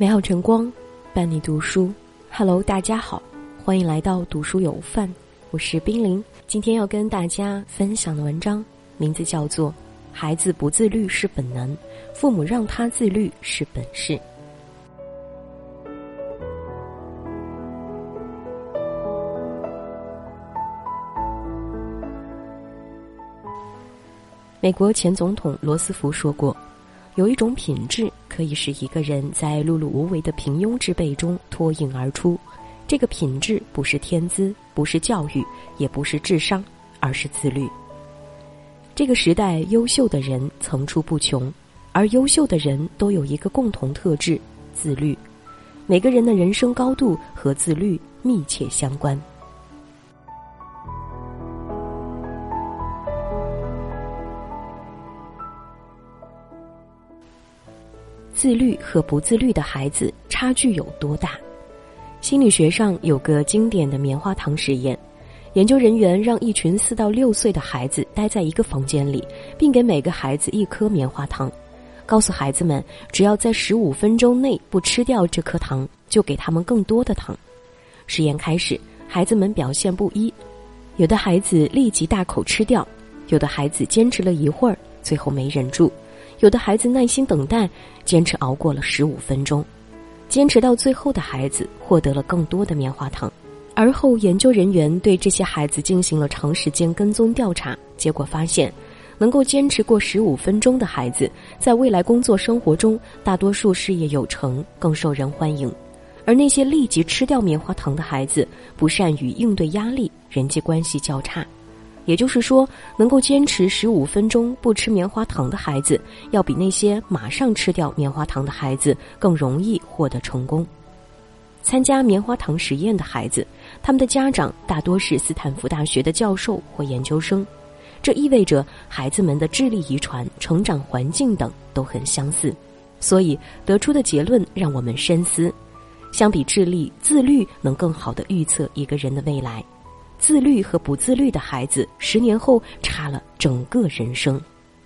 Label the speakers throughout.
Speaker 1: 美好晨光伴你读书。 Hello， 大家好，欢迎来到读书有范，我是冰凌。今天要跟大家分享的文章名字叫做《孩子不自律是本能，父母让他自律是本事》。美国前总统罗斯福说过，有一种品质可以使一个人在碌碌无为的平庸之辈中脱颖而出，这个品质不是天资，不是教育，也不是智商，而是自律。这个时代优秀的人层出不穷，而优秀的人都有一个共同特质，自律。每个人的人生高度和自律密切相关。自律和不自律的孩子差距有多大？心理学上有个经典的棉花糖实验，研究人员让一群4到6岁的孩子待在一个房间里，并给每个孩子1颗棉花糖，告诉孩子们只要在15分钟内不吃掉这颗糖，就给他们更多的糖。实验开始，孩子们表现不一，有的孩子立即大口吃掉，有的孩子坚持了一会儿，最后没忍住，有的孩子耐心等待，坚持熬过了15分钟。坚持到最后的孩子获得了更多的棉花糖。而后研究人员对这些孩子进行了长时间跟踪调查，结果发现能够坚持过15分钟的孩子，在未来工作生活中大多数事业有成，更受人欢迎。而那些立即吃掉棉花糖的孩子，不善于应对压力，人际关系较差。也就是说，能够坚持15分钟不吃棉花糖的孩子，要比那些马上吃掉棉花糖的孩子更容易获得成功。参加棉花糖实验的孩子，他们的家长大多是斯坦福大学的教授或研究生，这意味着孩子们的智力遗传、成长环境等都很相似。所以得出的结论让我们深思，相比智力，自律能更好地预测一个人的未来。自律和不自律的孩子10年后差了整个人生。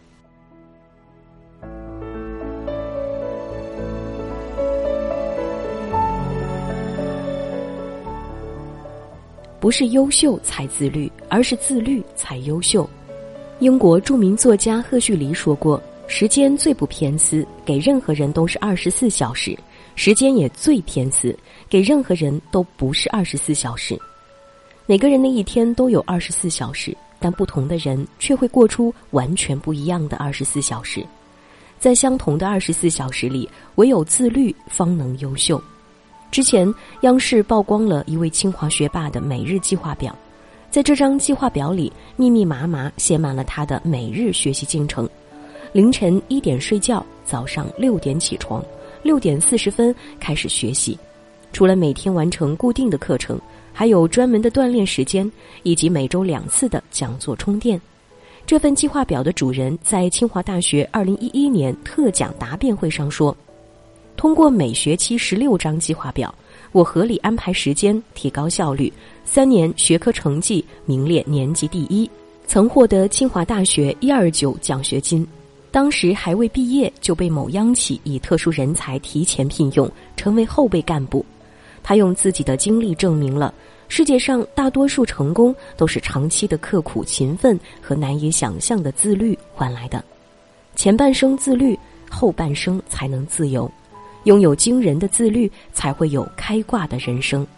Speaker 1: 不是优秀才自律，而是自律才优秀。英国著名作家赫胥黎说过，时间最不偏私，给任何人都是24小时，时间也最偏私，给任何人都不是24小时。每个人的一天都有24小时，但不同的人却会过出完全不一样的24小时。在相同的24小时里，唯有自律方能优秀。之前央视曝光了一位清华学霸的每日计划表，在这张计划表里密密麻麻写满了他的每日学习进程。凌晨1点睡觉，早上6点起床，6点40分开始学习。除了每天完成固定的课程，还有专门的锻炼时间，以及每周2次的讲座充电。这份计划表的主人在清华大学2011年特奖答辩会上说，通过每学期16张计划表，我合理安排时间，提高效率，3年学科成绩名列年级第1，曾获得清华大学129奖学金。当时还未毕业就被某央企以特殊人才提前聘用，成为后备干部。他用自己的经历证明了，世界上大多数成功都是长期的刻苦勤奋和难以想象的自律换来的。前半生自律，后半生才能自由。拥有惊人的自律，才会有开挂的人生。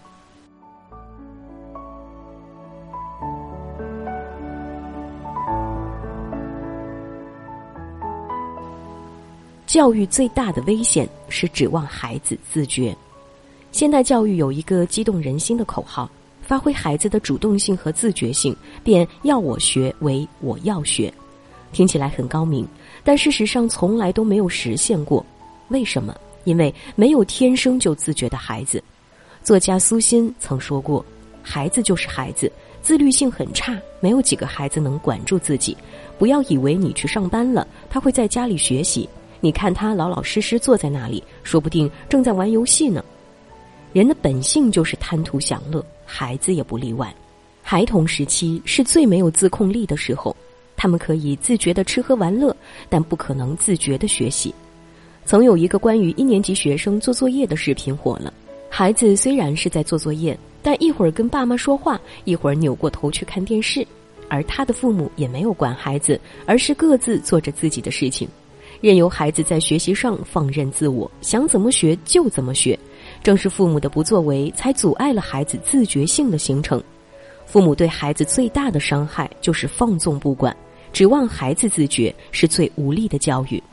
Speaker 1: 教育最大的危险是指望孩子自觉。现代教育有一个激动人心的口号，发挥孩子的主动性和自觉性，便要我学为我要学。听起来很高明，但事实上从来都没有实现过。为什么？因为没有天生就自觉的孩子。作家苏欣曾说过，孩子就是孩子，自律性很差，没有几个孩子能管住自己。不要以为你去上班了，他会在家里学习，你看他老老实实坐在那里，说不定正在玩游戏呢。人的本性就是贪图享乐，孩子也不例外。孩童时期是最没有自控力的时候，他们可以自觉地吃喝玩乐，但不可能自觉地学习。 曾有一个关于1年级学生做作业的视频火了。孩子虽然是在做作业，但一会儿跟爸妈说话，一会儿扭过头去看电视，而他的父母也没有管孩子，而是各自做着自己的事情，任由孩子在学习上放任自我，想怎么学就怎么学。正是父母的不作为，才阻碍了孩子自觉性的形成。父母对孩子最大的伤害就是放纵不管，指望孩子自觉，是最无力的教育。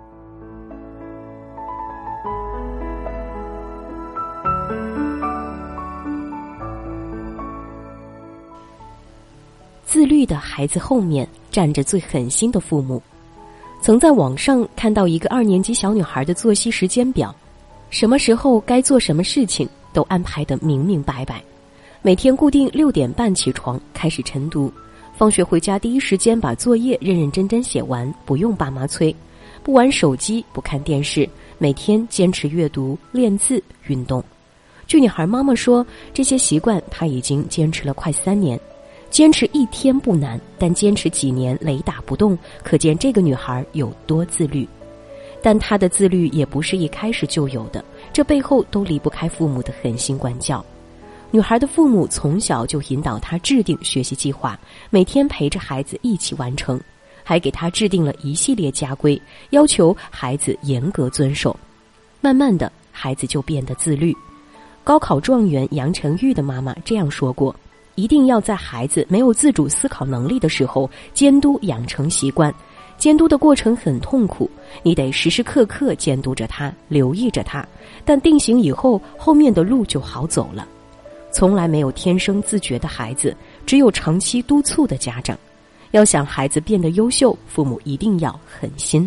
Speaker 1: 自律的孩子后面站着最狠心的父母。曾在网上看到一个2年级小女孩的作息时间表，什么时候该做什么事情都安排得明明白白。每天固定6点半起床开始晨读，放学回家第一时间把作业认认真真写完，不用爸妈催，不玩手机，不看电视，每天坚持阅读、练字、运动。据女孩妈妈说，这些习惯她已经坚持了快3年。坚持1天不难，但坚持几年雷打不动，可见这个女孩有多自律。但她的自律也不是一开始就有的，这背后都离不开父母的狠心管教。女孩的父母从小就引导她制定学习计划，每天陪着孩子一起完成，还给她制定了一系列家规，要求孩子严格遵守。慢慢的，孩子就变得自律。高考状元杨成玉的妈妈这样说过，一定要在孩子没有自主思考能力的时候监督养成习惯，监督的过程很痛苦，你得时时刻刻监督着他，留意着他，但定型以后，后面的路就好走了。从来没有天生自觉的孩子，只有长期督促的家长。要想孩子变得优秀，父母一定要狠心。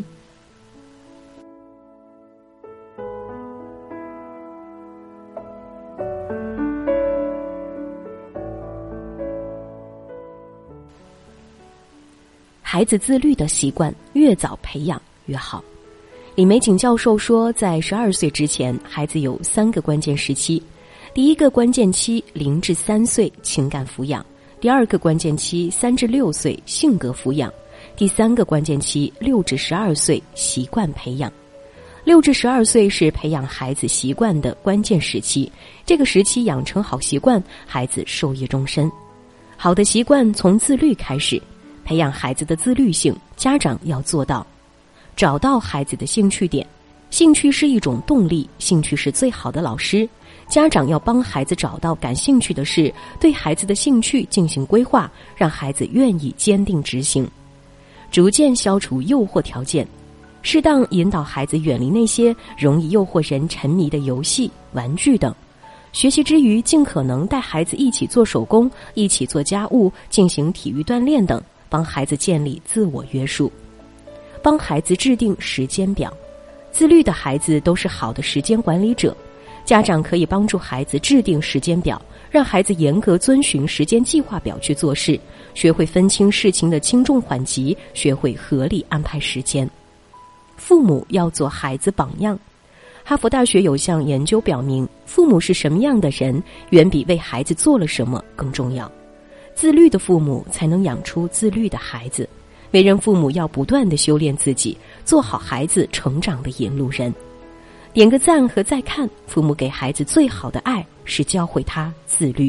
Speaker 1: 孩子自律的习惯越早培养越好。李玫瑾教授说，在12岁之前，孩子有3个关键时期。第一个关键期0至3岁情感抚养，第二个关键期3至6岁性格抚养，第3个关键期6至12岁习惯培养。6至12岁是培养孩子习惯的关键时期，这个时期养成好习惯，孩子受益终身。好的习惯从自律开始，培养孩子的自律性，家长要做到找到孩子的兴趣点。兴趣是一种动力，兴趣是最好的老师。家长要帮孩子找到感兴趣的事，对孩子的兴趣进行规划，让孩子愿意坚定执行。逐渐消除诱惑条件，适当引导孩子远离那些容易诱惑人沉迷的游戏、玩具等。学习之余，尽可能带孩子一起做手工，一起做家务，进行体育锻炼等，帮孩子建立自我约束。帮孩子制定时间表，自律的孩子都是好的时间管理者。家长可以帮助孩子制定时间表，让孩子严格遵循时间计划表去做事，学会分清事情的轻重缓急，学会合理安排时间。父母要做孩子榜样。哈佛大学有项研究表明，父母是什么样的人，远比为孩子做了什么更重要。自律的父母才能养出自律的孩子。为人父母要不断地修炼自己，做好孩子成长的引路人。点个赞和再看，父母给孩子最好的爱是教会他自律。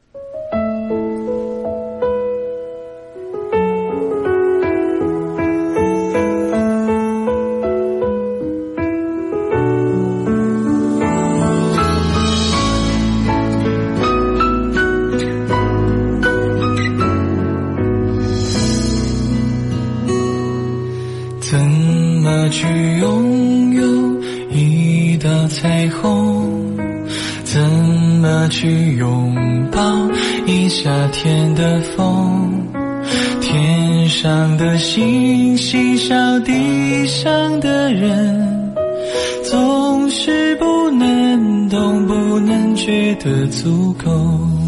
Speaker 2: 怎么去拥有一道彩虹？怎么去拥抱一夏天的风？天上的星星笑地上的人，总是不能懂，不能觉得足够。